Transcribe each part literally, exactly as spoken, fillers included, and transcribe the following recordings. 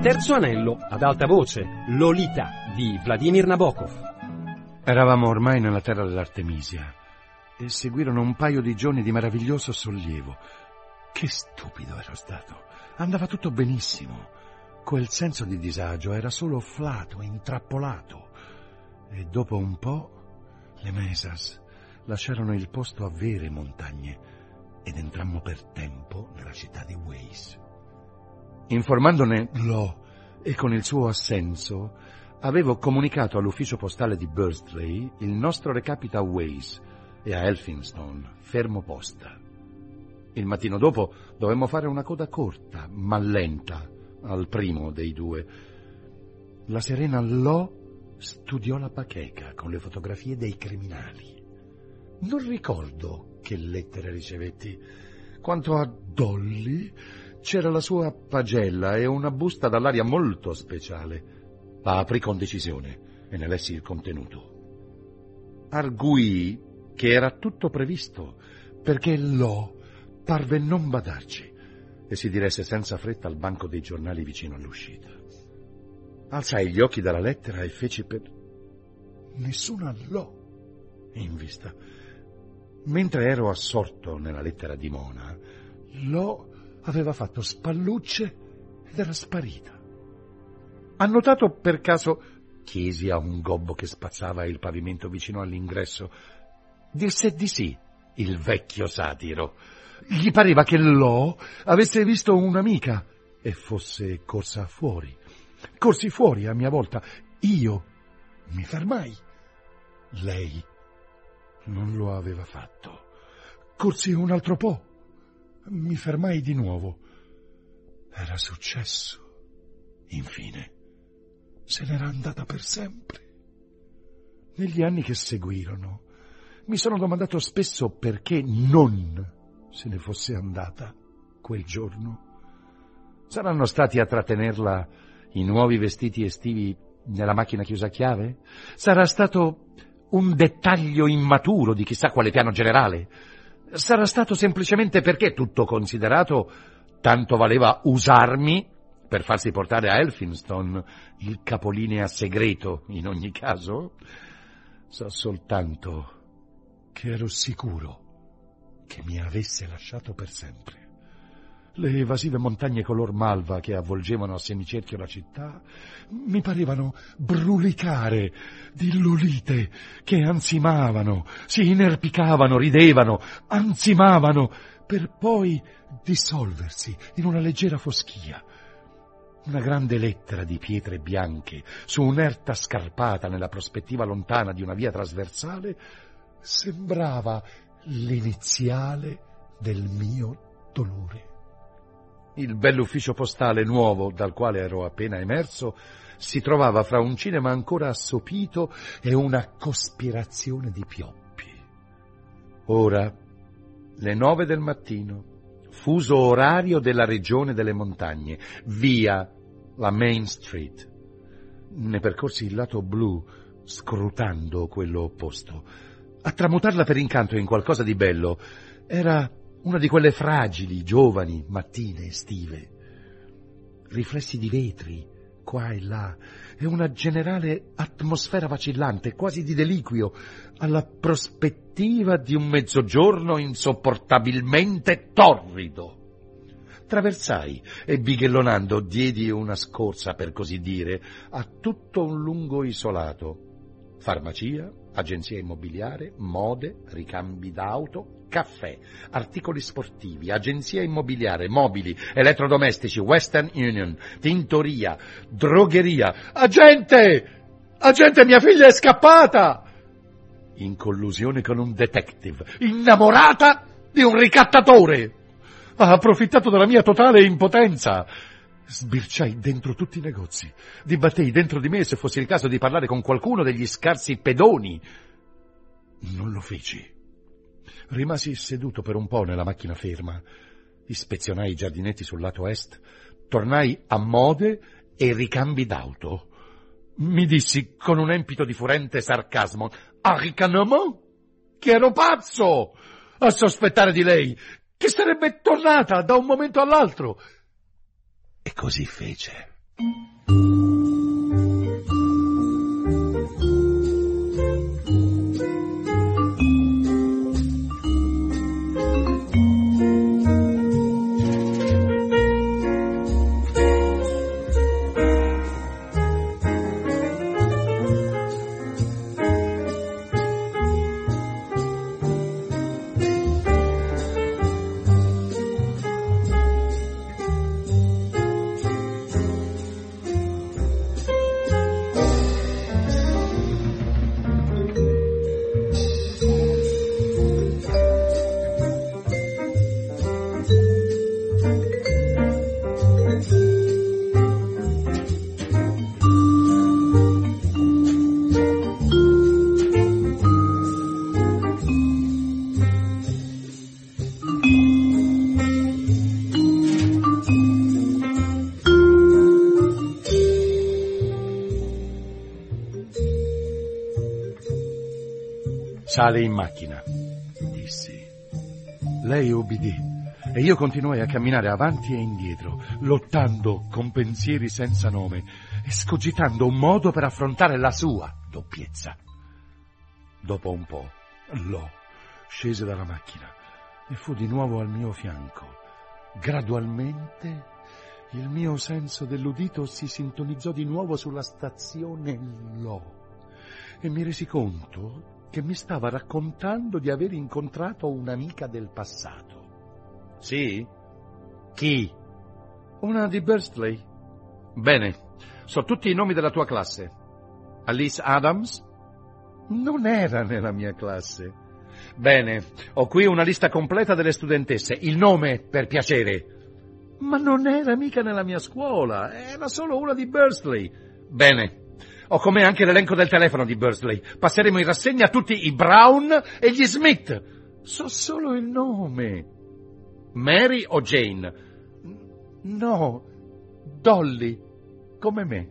Terzo anello, ad alta voce, Lolita, di Vladimir Nabokov. Eravamo ormai nella terra dell'Artemisia e seguirono un paio di giorni di meraviglioso sollievo. Che stupido ero stato. Andava tutto benissimo. Quel senso di disagio era solo flato, intrappolato. E dopo un po' le mesas lasciarono il posto a vere montagne ed entrammo per tempo nella città di Waze. Informandone Lo e con il suo assenso, avevo comunicato all'ufficio postale di Bursley il nostro recapito a Waze e a Elphinstone, fermo posta. Il mattino dopo dovemmo fare una coda corta, ma lenta, al primo dei due. La serena Lo studiò la bacheca con le fotografie dei criminali. Non ricordo che lettere ricevetti. Quanto a Dolly, c'era la sua pagella e una busta dall'aria molto speciale. La aprì con decisione e ne lessi il contenuto. Arguì che era tutto previsto, perché Lo parve non badarci e si diresse senza fretta al banco dei giornali vicino all'uscita. Alzai gli occhi dalla lettera e feci per... nessuna Lo in vista. Mentre ero assorto nella lettera di Mona, Lo aveva fatto spallucce ed era sparita. Ha notato per caso, chiesi a un gobbo che spazzava il pavimento vicino all'ingresso, disse di sì il vecchio satiro. Gli pareva che Lo avesse visto un'amica e fosse corsa fuori. Corsi fuori a mia volta. Io mi fermai. Lei non lo aveva fatto. Corsi un altro po'. Mi fermai di nuovo. Era successo. Infine, se n'era andata per sempre. Negli anni che seguirono, mi sono domandato spesso perché non se ne fosse andata quel giorno. Saranno stati a trattenerla i nuovi vestiti estivi nella macchina chiusa a chiave? Sarà stato un dettaglio immaturo di chissà quale piano generale? Sarà stato semplicemente perché, tutto considerato, tanto valeva usarmi per farsi portare a Elphinstone il capolinea segreto in ogni caso? So soltanto che ero sicuro che mi avesse lasciato per sempre. Le evasive montagne color malva che avvolgevano a semicerchio la città mi parevano brulicare di lolite che ansimavano, si inerpicavano, ridevano, ansimavano, per poi dissolversi in una leggera foschia. Una grande lettera di pietre bianche su un'erta scarpata nella prospettiva lontana di una via trasversale sembrava l'iniziale del mio dolore. Il bell'ufficio postale nuovo dal quale ero appena emerso si trovava fra un cinema ancora assopito e una cospirazione di pioppi. Ora, le nove del mattino, fuso orario della regione delle montagne, via la Main Street. Ne percorsi il lato blu, scrutando quello opposto. A tramutarla per incanto in qualcosa di bello era una di quelle fragili, giovani mattine estive. Riflessi di vetri, qua e là, e una generale atmosfera vacillante, quasi di deliquio, alla prospettiva di un mezzogiorno insopportabilmente torrido. Traversai e, bighellonando, diedi una scorsa, per così dire, a tutto un lungo isolato. Farmacia, agenzia immobiliare, mode, ricambi d'auto, caffè, articoli sportivi, agenzia immobiliare, mobili, elettrodomestici, Western Union, tintoria, drogheria. Agente! Agente, mia figlia è scappata! In collusione con un detective, innamorata di un ricattatore. Ha approfittato della mia totale impotenza. Sbirciai dentro tutti i negozi, dibattei dentro di me se fosse il caso di parlare con qualcuno degli scarsi pedoni. Non lo feci. Rimasi seduto per un po' nella macchina ferma, ispezionai i giardinetti sul lato est, tornai a mode e ricambi d'auto. Mi dissi con un empito di furente sarcasmo: «Ah, ricanement? Che ero pazzo a sospettare di lei, che sarebbe tornata da un momento all'altro!» E così fece. Sale in macchina, dissi. Lei obbedì e io continuai a camminare avanti e indietro, lottando con pensieri senza nome e scogitando un modo per affrontare la sua doppiezza. Dopo un po', Lo scese dalla macchina e fu di nuovo al mio fianco. Gradualmente il mio senso dell'udito si sintonizzò di nuovo sulla stazione Lo e mi resi conto che mi stava raccontando di aver incontrato un'amica del passato. Sì? Chi? Una di Bursley. Bene, so tutti i nomi della tua classe. Alice Adams? Non era nella mia classe. Bene, ho qui una lista completa delle studentesse. Il nome, per piacere. Ma non era mica nella mia scuola, era solo una di Bursley. Bene. Ho con me anche l'elenco del telefono di Bursley. Passeremo in rassegna tutti i Brown e gli Smith. So solo il nome. Mary o Jane? No, Dolly, come me.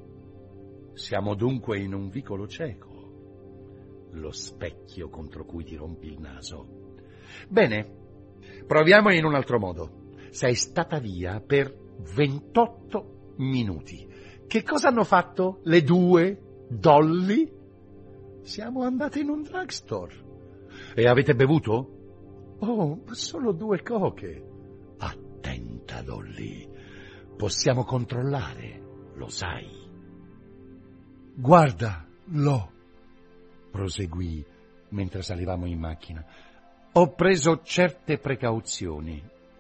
Siamo dunque in un vicolo cieco. Lo specchio contro cui ti rompi il naso. Bene, proviamo in un altro modo. Sei stata via per ventotto minuti. Che cosa hanno fatto le due Dolly? Siamo andate in un drugstore. E avete bevuto? Oh, solo due coche. Attenta, Dolly. Possiamo controllare, lo sai. Guarda, Lo, proseguì mentre salivamo in macchina. Ho preso certe precauzioni.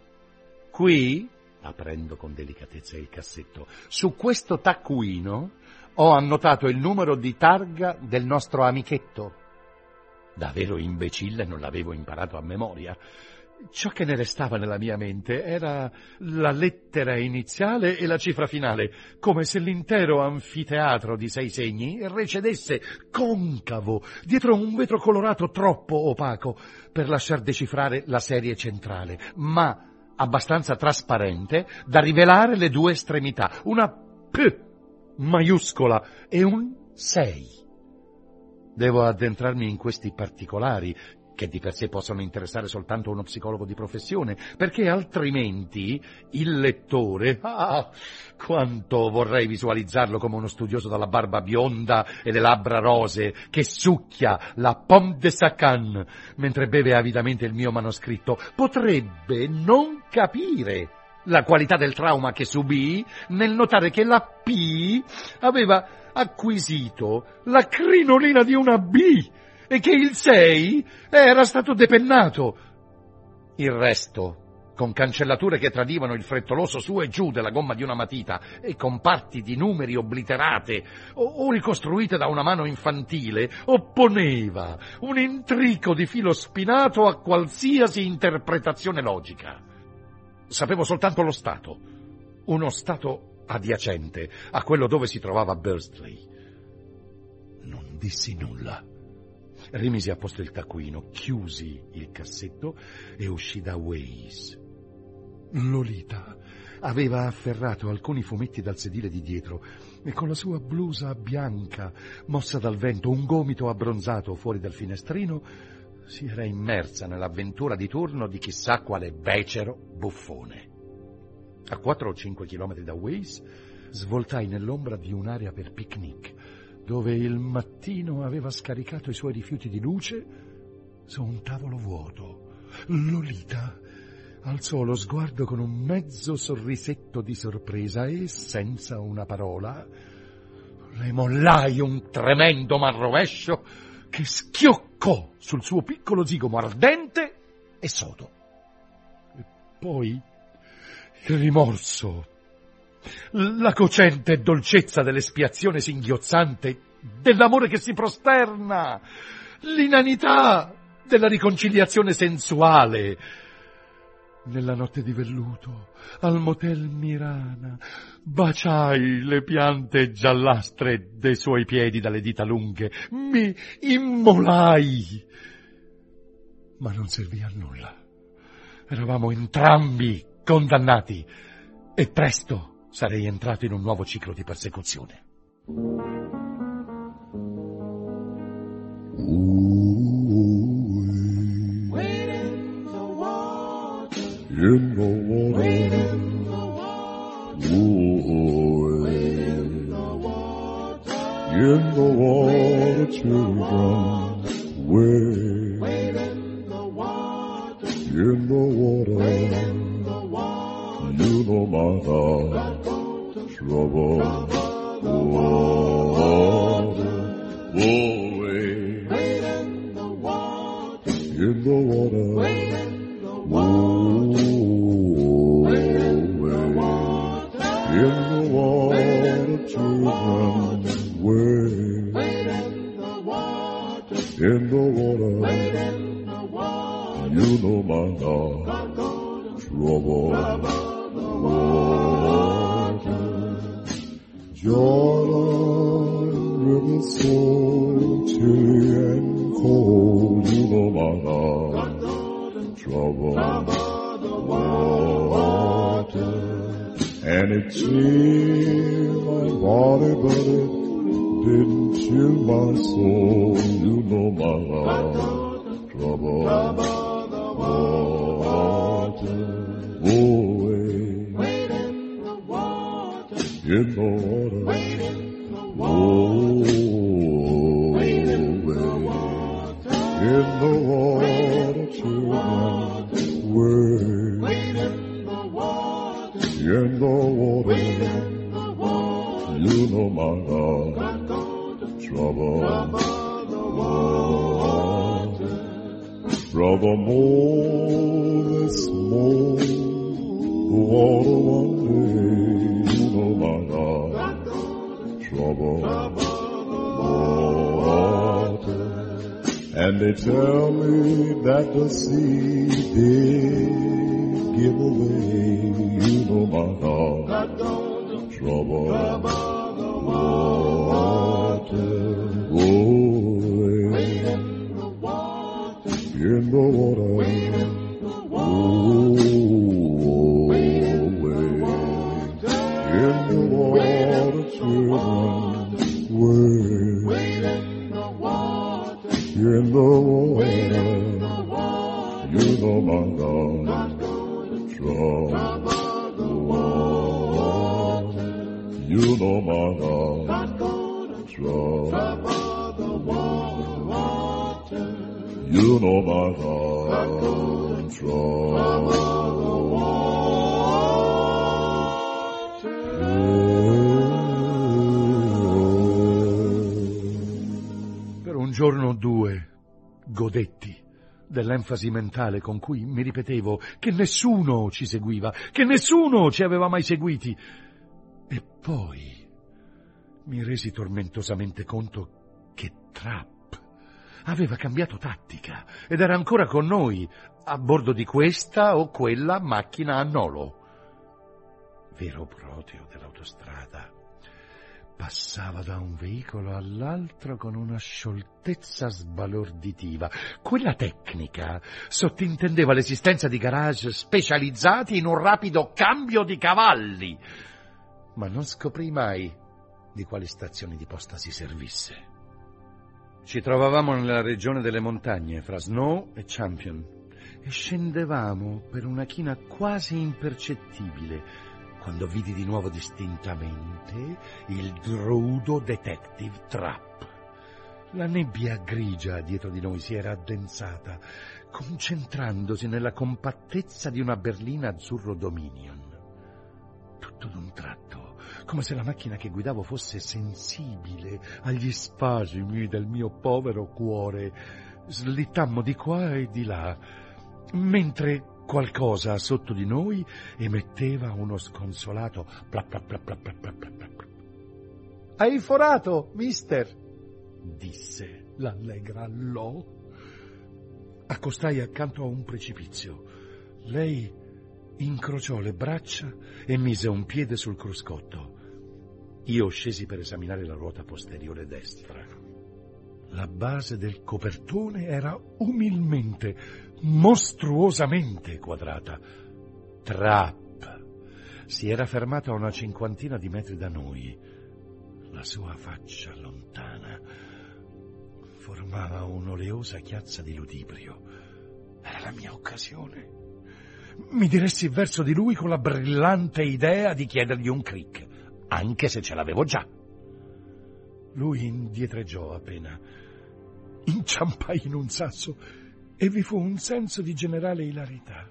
Qui, aprendo con delicatezza il cassetto, su questo taccuino ho annotato il numero di targa del nostro amichetto. Da vero imbecille non l'avevo imparato a memoria. Ciò che ne restava nella mia mente era la lettera iniziale e la cifra finale, come se l'intero anfiteatro di sei segni recedesse concavo dietro un vetro colorato troppo opaco per lasciar decifrare la serie centrale, ma abbastanza trasparente da rivelare le due estremità, una P maiuscola e un sei. Devo addentrarmi in questi particolari, che di per sé possono interessare soltanto uno psicologo di professione, perché altrimenti il lettore, ah, quanto vorrei visualizzarlo come uno studioso dalla barba bionda e le labbra rosee, che succhia la pomme de sa canne mentre beve avidamente il mio manoscritto, potrebbe non capire la qualità del trauma che subì nel notare che la P aveva acquisito la crinolina di una B e che il sei era stato depennato. Il resto, con cancellature che tradivano il frettoloso su e giù della gomma di una matita e con parti di numeri obliterate o, o ricostruite da una mano infantile, opponeva un intrico di filo spinato a qualsiasi interpretazione logica. Sapevo soltanto lo stato, uno stato adiacente a quello dove si trovava Bursley. Non dissi nulla. Rimisi a posto il taccuino, chiusi il cassetto e uscì da Waze. Lolita aveva afferrato alcuni fumetti dal sedile di dietro e con la sua blusa bianca, mossa dal vento, un gomito abbronzato fuori dal finestrino, si era immersa nell'avventura di turno di chissà quale becero buffone. A quattro o cinque chilometri da Waze svoltai nell'ombra di un'area per picnic, dove il mattino aveva scaricato i suoi rifiuti di luce su un tavolo vuoto. Lolita alzò lo sguardo con un mezzo sorrisetto di sorpresa e, senza una parola, le mollai un tremendo manrovescio che schioccò sul suo piccolo zigomo ardente e sodo. E poi il rimorso, la cocente dolcezza dell'espiazione singhiozzante, dell'amore che si prosterna, l'inanità della riconciliazione sensuale. Nella notte di velluto, al motel Mirana, baciai le piante giallastre dei suoi piedi dalle dita lunghe, mi immolai. Ma non servì a nulla. Eravamo entrambi condannati e presto sarei entrato in un nuovo ciclo di persecuzione. In the water, wait in the water, ooh, wait in the water, in the water, children, wait, wait in the water, in the water, wait in the water, you know my heart, trouble, the water, oh, wait, wait in the water, in the water, wait in the water. In the water, children, wait. Wait in the water. In the water. Wait in the water. You know my heart. Trouble. The water. Jordan River so chilly and cold. You know my heart. Trouble. The water. And it chilled my body, but it didn't chill my soul. You know my heart, trouble, water, oh, wait, wait in the water, in the water, wait in the water, oh, wait in the water, in the water, children, wait, wait in the water. In the water, in the water, you know my heart, trouble, the water. Brother, more this more, the water one day, you know my heart, trouble, the water. And they tell me that the sea did give away, you know my heart, trouble, water, oh, in the water, in the water, oh, in the water, children, wait, in the water, in the water, you know my God, trouble. You know my God, trouble the water. You know my God, trouble the water. Per un giorno o due godetti dell'enfasi mentale con cui mi ripetevo che nessuno ci seguiva, che nessuno ci aveva mai seguiti. E poi mi resi tormentosamente conto che Trapp aveva cambiato tattica ed era ancora con noi, a bordo di questa o quella macchina a nolo. Vero Proteo dell'autostrada, passava da un veicolo all'altro con una scioltezza sbalorditiva. Quella tecnica sottintendeva l'esistenza di garage specializzati in un rapido cambio di cavalli, ma non scoprì mai di quali stazioni di posta si servisse. Ci trovavamo nella regione delle montagne, fra Snow e Champion, e scendevamo per una china quasi impercettibile, quando vidi di nuovo distintamente il drudo detective Trapp. La nebbia grigia dietro di noi si era addensata, concentrandosi nella compattezza di una berlina azzurro Dominion. Tutto d'un tratto, come se la macchina che guidavo fosse sensibile agli spasimi del mio povero cuore, slittammo di qua e di là, mentre qualcosa sotto di noi emetteva uno sconsolato plap plap plap plap plap plap plap. «Hai forato, mister!» disse l'allegra Lo. Accostai accanto a un precipizio. Lei incrociò le braccia e mise un piede sul cruscotto. Io scesi per esaminare la ruota posteriore destra. La base del copertone era umilmente, mostruosamente quadrata. Trapp si era fermato a una cinquantina di metri da noi. La sua faccia lontana formava un'oleosa chiazza di ludibrio. Era la mia occasione. Mi diressi verso di lui con la brillante idea di chiedergli un crick, anche se ce l'avevo già. Lui indietreggiò appena. Inciampai in un sasso e vi fu un senso di generale ilarità.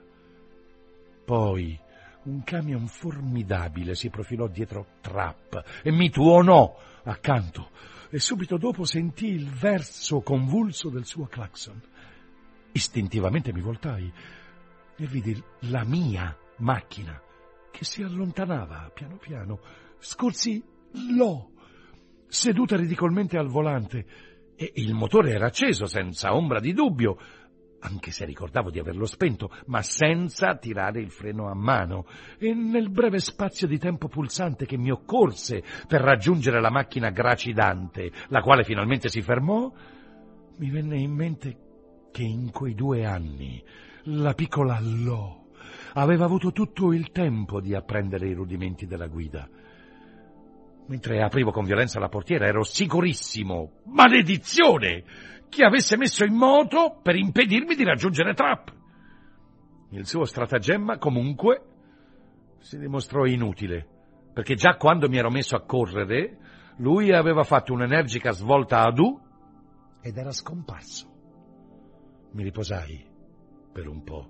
Poi un camion formidabile si profilò dietro Trapp e mi tuonò accanto, e subito dopo sentii il verso convulso del suo clacson. Istintivamente mi voltai e vidi la mia macchina che si allontanava piano piano. Scorsi Lo, seduta ridicolmente al volante, e il motore era acceso senza ombra di dubbio, anche se ricordavo di averlo spento, ma senza tirare il freno a mano, e nel breve spazio di tempo pulsante che mi occorse per raggiungere la macchina gracidante, la quale finalmente si fermò, mi venne in mente che in quei due anni la piccola Lo aveva avuto tutto il tempo di apprendere i rudimenti della guida. Mentre aprivo con violenza la portiera ero sicurissimo, maledizione, che avesse messo in moto per impedirmi di raggiungere Trapp. Il suo stratagemma, comunque, si dimostrò inutile, perché già quando mi ero messo a correre, lui aveva fatto un'energica svolta ad U ed era scomparso. Mi riposai per un po'.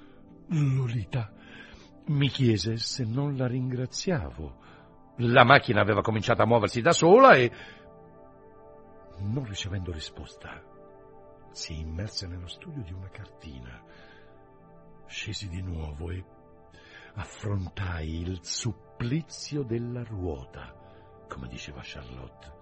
Lolita mi chiese se non la ringraziavo. La macchina aveva cominciato a muoversi da sola e, non ricevendo risposta, si immerse nello studio di una cartina. Scesi di nuovo e affrontai il supplizio della ruota, come diceva Charlotte.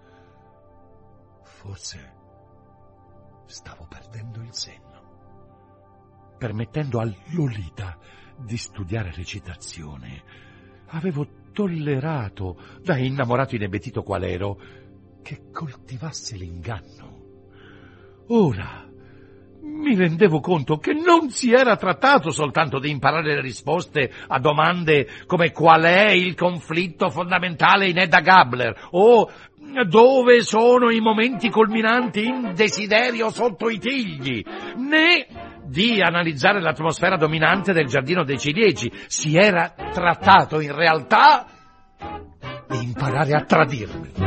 Forse stavo perdendo il senno. Permettendo a Lolita di studiare recitazione, avevo tollerato, da innamorato inebetito qual ero, che coltivasse l'inganno. Ora mi rendevo conto che non si era trattato soltanto di imparare le risposte a domande come qual è il conflitto fondamentale in Hedda Gabler o dove sono i momenti culminanti in Desiderio sotto i tigli, né di analizzare l'atmosfera dominante del Giardino dei Ciliegi. Si era trattato in realtà di imparare a tradirmi.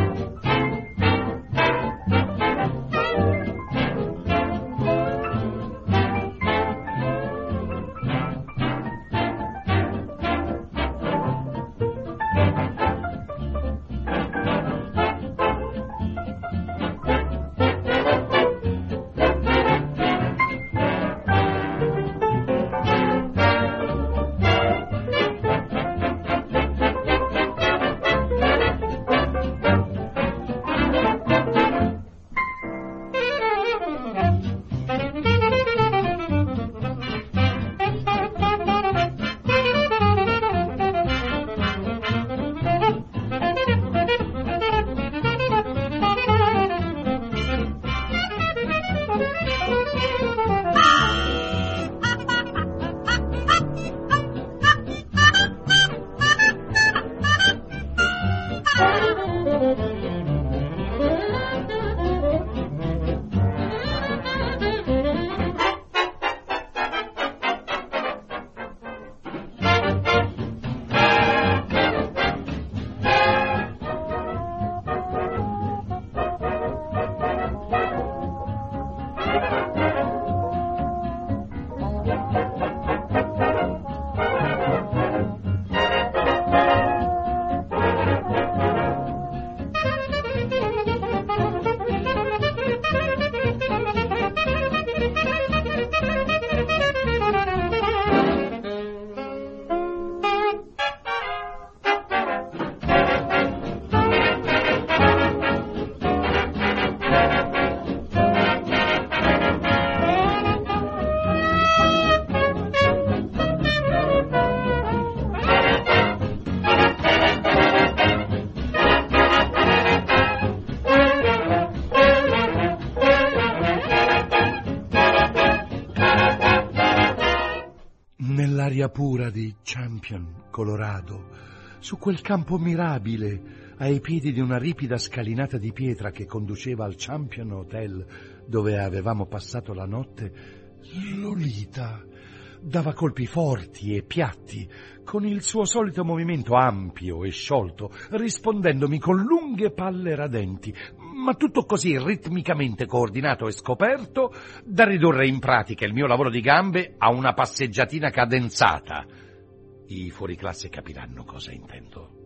pura di Champion, Colorado, su quel campo mirabile, ai piedi di una ripida scalinata di pietra che conduceva al Champion Hotel, dove avevamo passato la notte, Lolita dava colpi forti e piatti, con il suo solito movimento ampio e sciolto, rispondendomi con lunghe palle radenti, ma tutto così ritmicamente coordinato e scoperto da ridurre in pratica il mio lavoro di gambe a una passeggiatina cadenzata. I fuoriclasse capiranno cosa intendo.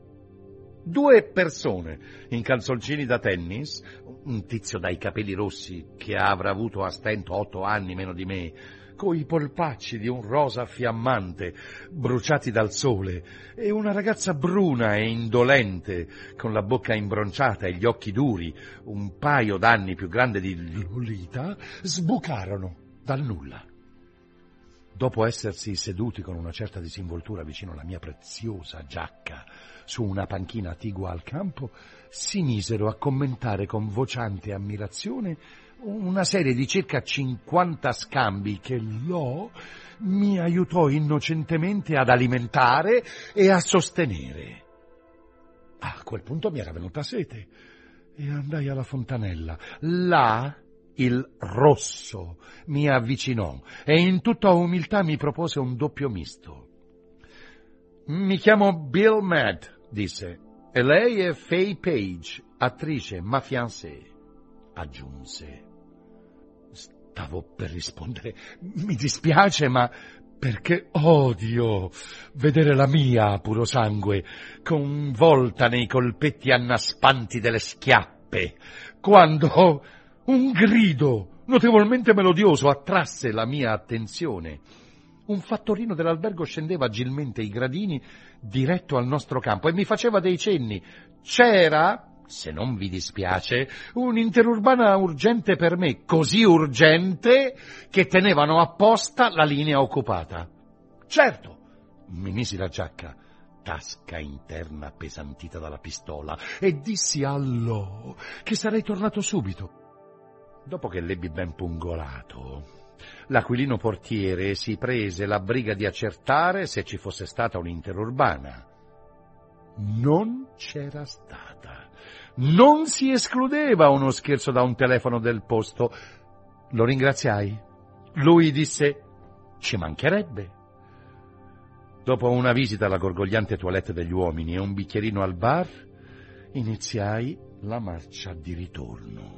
Due persone in calzoncini da tennis, un tizio dai capelli rossi che avrà avuto a stento otto anni meno di me, coi polpacci di un rosa fiammante, bruciati dal sole, e una ragazza bruna e indolente, con la bocca imbronciata e gli occhi duri, un paio d'anni più grande di Lolita, sbucarono dal nulla. Dopo essersi seduti con una certa disinvoltura vicino alla mia preziosa giacca su una panchina attigua al campo, si misero a commentare con vociante ammirazione una serie di circa cinquanta scambi che Lo mi aiutò innocentemente ad alimentare e a sostenere. A quel punto mi era venuta sete e andai alla fontanella. Là il rosso mi avvicinò e in tutta umiltà mi propose un doppio misto. «Mi chiamo Bill Madd», disse, «e lei è Fay Page, attrice, ma fiancée», aggiunse. Stavo per rispondere, «Mi dispiace, ma perché odio vedere la mia, puro sangue, convolta nei colpetti annaspanti delle schiappe, quando un grido notevolmente melodioso attrasse la mia attenzione. Un fattorino dell'albergo scendeva agilmente i gradini diretto al nostro campo e mi faceva dei cenni. C'era, se non vi dispiace, un'interurbana urgente per me, così urgente che tenevano apposta la linea occupata. Certo, mi misi la giacca, tasca interna appesantita dalla pistola, e dissi a Lo che sarei tornato subito. Dopo che l'ebbi ben pungolato, l'aquilino portiere si prese la briga di accertare se ci fosse stata un'interurbana. Non c'era stata. Non si escludeva uno scherzo da un telefono del posto. Lo ringraziai. Lui disse: «Ci mancherebbe». Dopo una visita alla gorgogliante toilette degli uomini e un bicchierino al bar, iniziai la marcia di ritorno.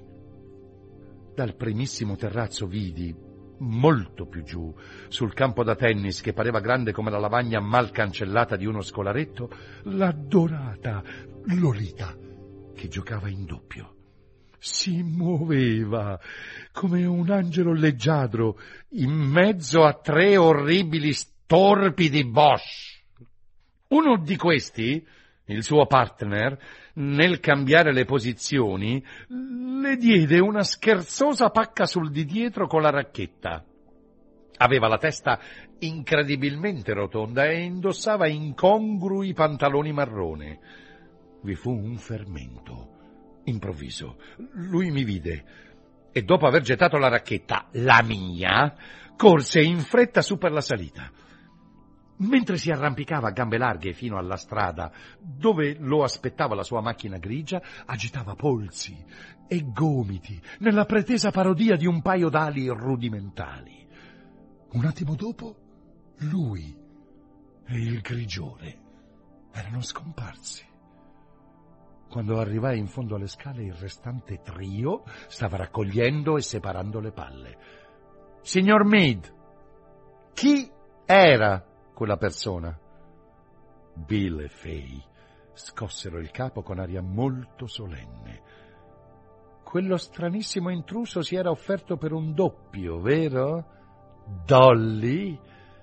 Dal primissimo terrazzo vidi, molto più giù, sul campo da tennis che pareva grande come la lavagna mal cancellata di uno scolaretto, la dorata Lolita che giocava in doppio. Si muoveva come un angelo leggiadro in mezzo a tre orribili storpi di Bosch. Uno di questi, il suo partner, nel cambiare le posizioni, le diede una scherzosa pacca sul di dietro con la racchetta. Aveva la testa incredibilmente rotonda e indossava incongrui pantaloni marrone. Vi fu un fermento improvviso. Lui mi vide e, dopo aver gettato la racchetta, la mia, corse in fretta su per la salita. Mentre si arrampicava a gambe larghe fino alla strada, dove lo aspettava la sua macchina grigia, agitava polsi e gomiti nella pretesa parodia di un paio d'ali rudimentali. Un attimo dopo, lui e il grigiore erano scomparsi. Quando arrivai in fondo alle scale, il restante trio stava raccogliendo e separando le palle. «Signor Mead, chi era quella persona?» Bill e Fay scossero il capo con aria molto solenne. «Quello stranissimo intruso si era offerto per un doppio, vero? Dolly?»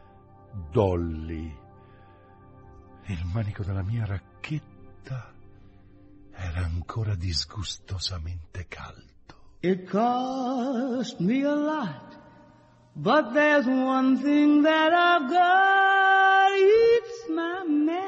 «Dolly». Il manico della mia racchetta era ancora disgustosamente caldo. It cost me a lot, but there's one thing that I've got, it's my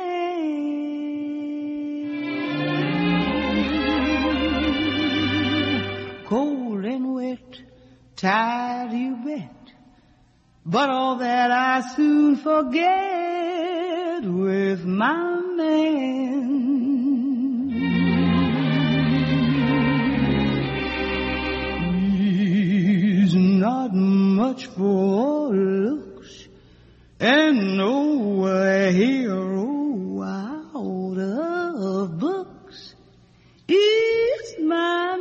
man. Cold and wet, tired you bet, but all that I soon forget with my man. He's not much for looks and no hero out of books. He's my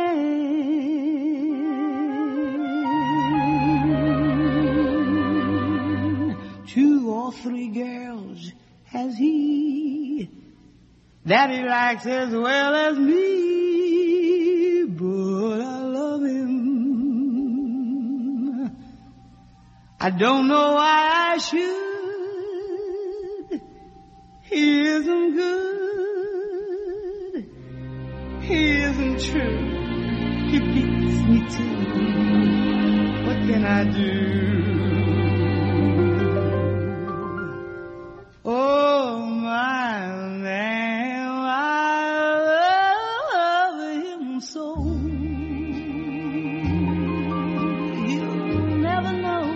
man. Two or three girls has he that he likes as well as me, but I love him. I don't know why I should. He isn't good. He isn't true. He beats me too. What can I do? Oh, my man, I love him so. You'll never know.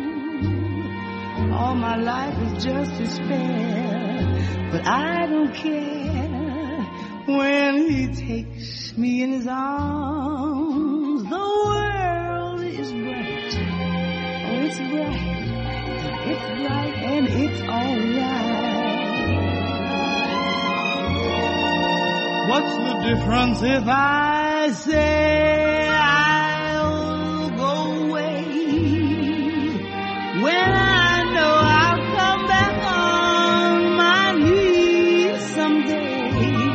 All my life is just despair, but I don't care. When he takes me in his arms, the world is bright. Oh, it's bright, it's bright, and it's alright. What's the difference if I say I'll go away when I know I'll come back on my knees someday?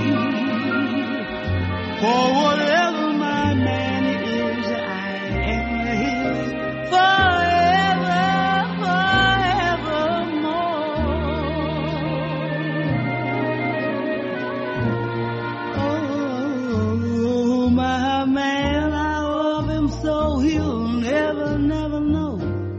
For whatever my man is, I am his forever, forevermore. Oh, my man, I love him so he'll never, never know.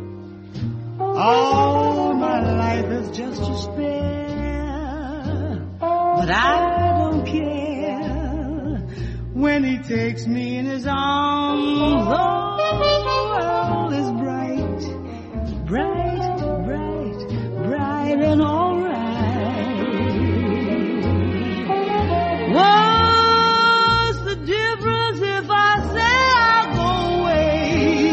All my life is just to spare, but I don't care. When he takes me in his arms, the world is bright, bright, bright, bright and alright. What's the difference if I say I'll go away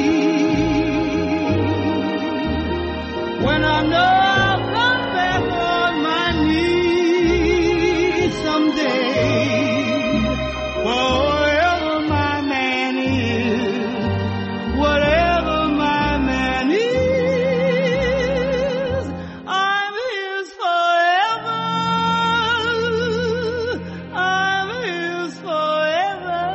when I know I'll come back on my knees someday? Whatever my man is, whatever my man is, I'm his forever. I'm his forever,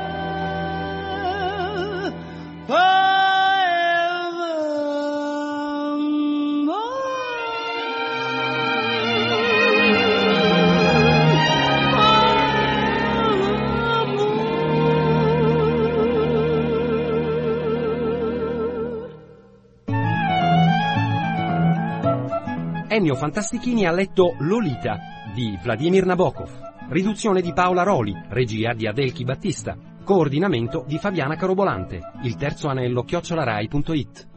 Ennio Fantastichini ha letto Lolita di Vladimir Nabokov, riduzione di Paola Roli, regia di Adelchi Battista, coordinamento di Fabiana Carobolante. Il terzo anello chiocciolarai punto it.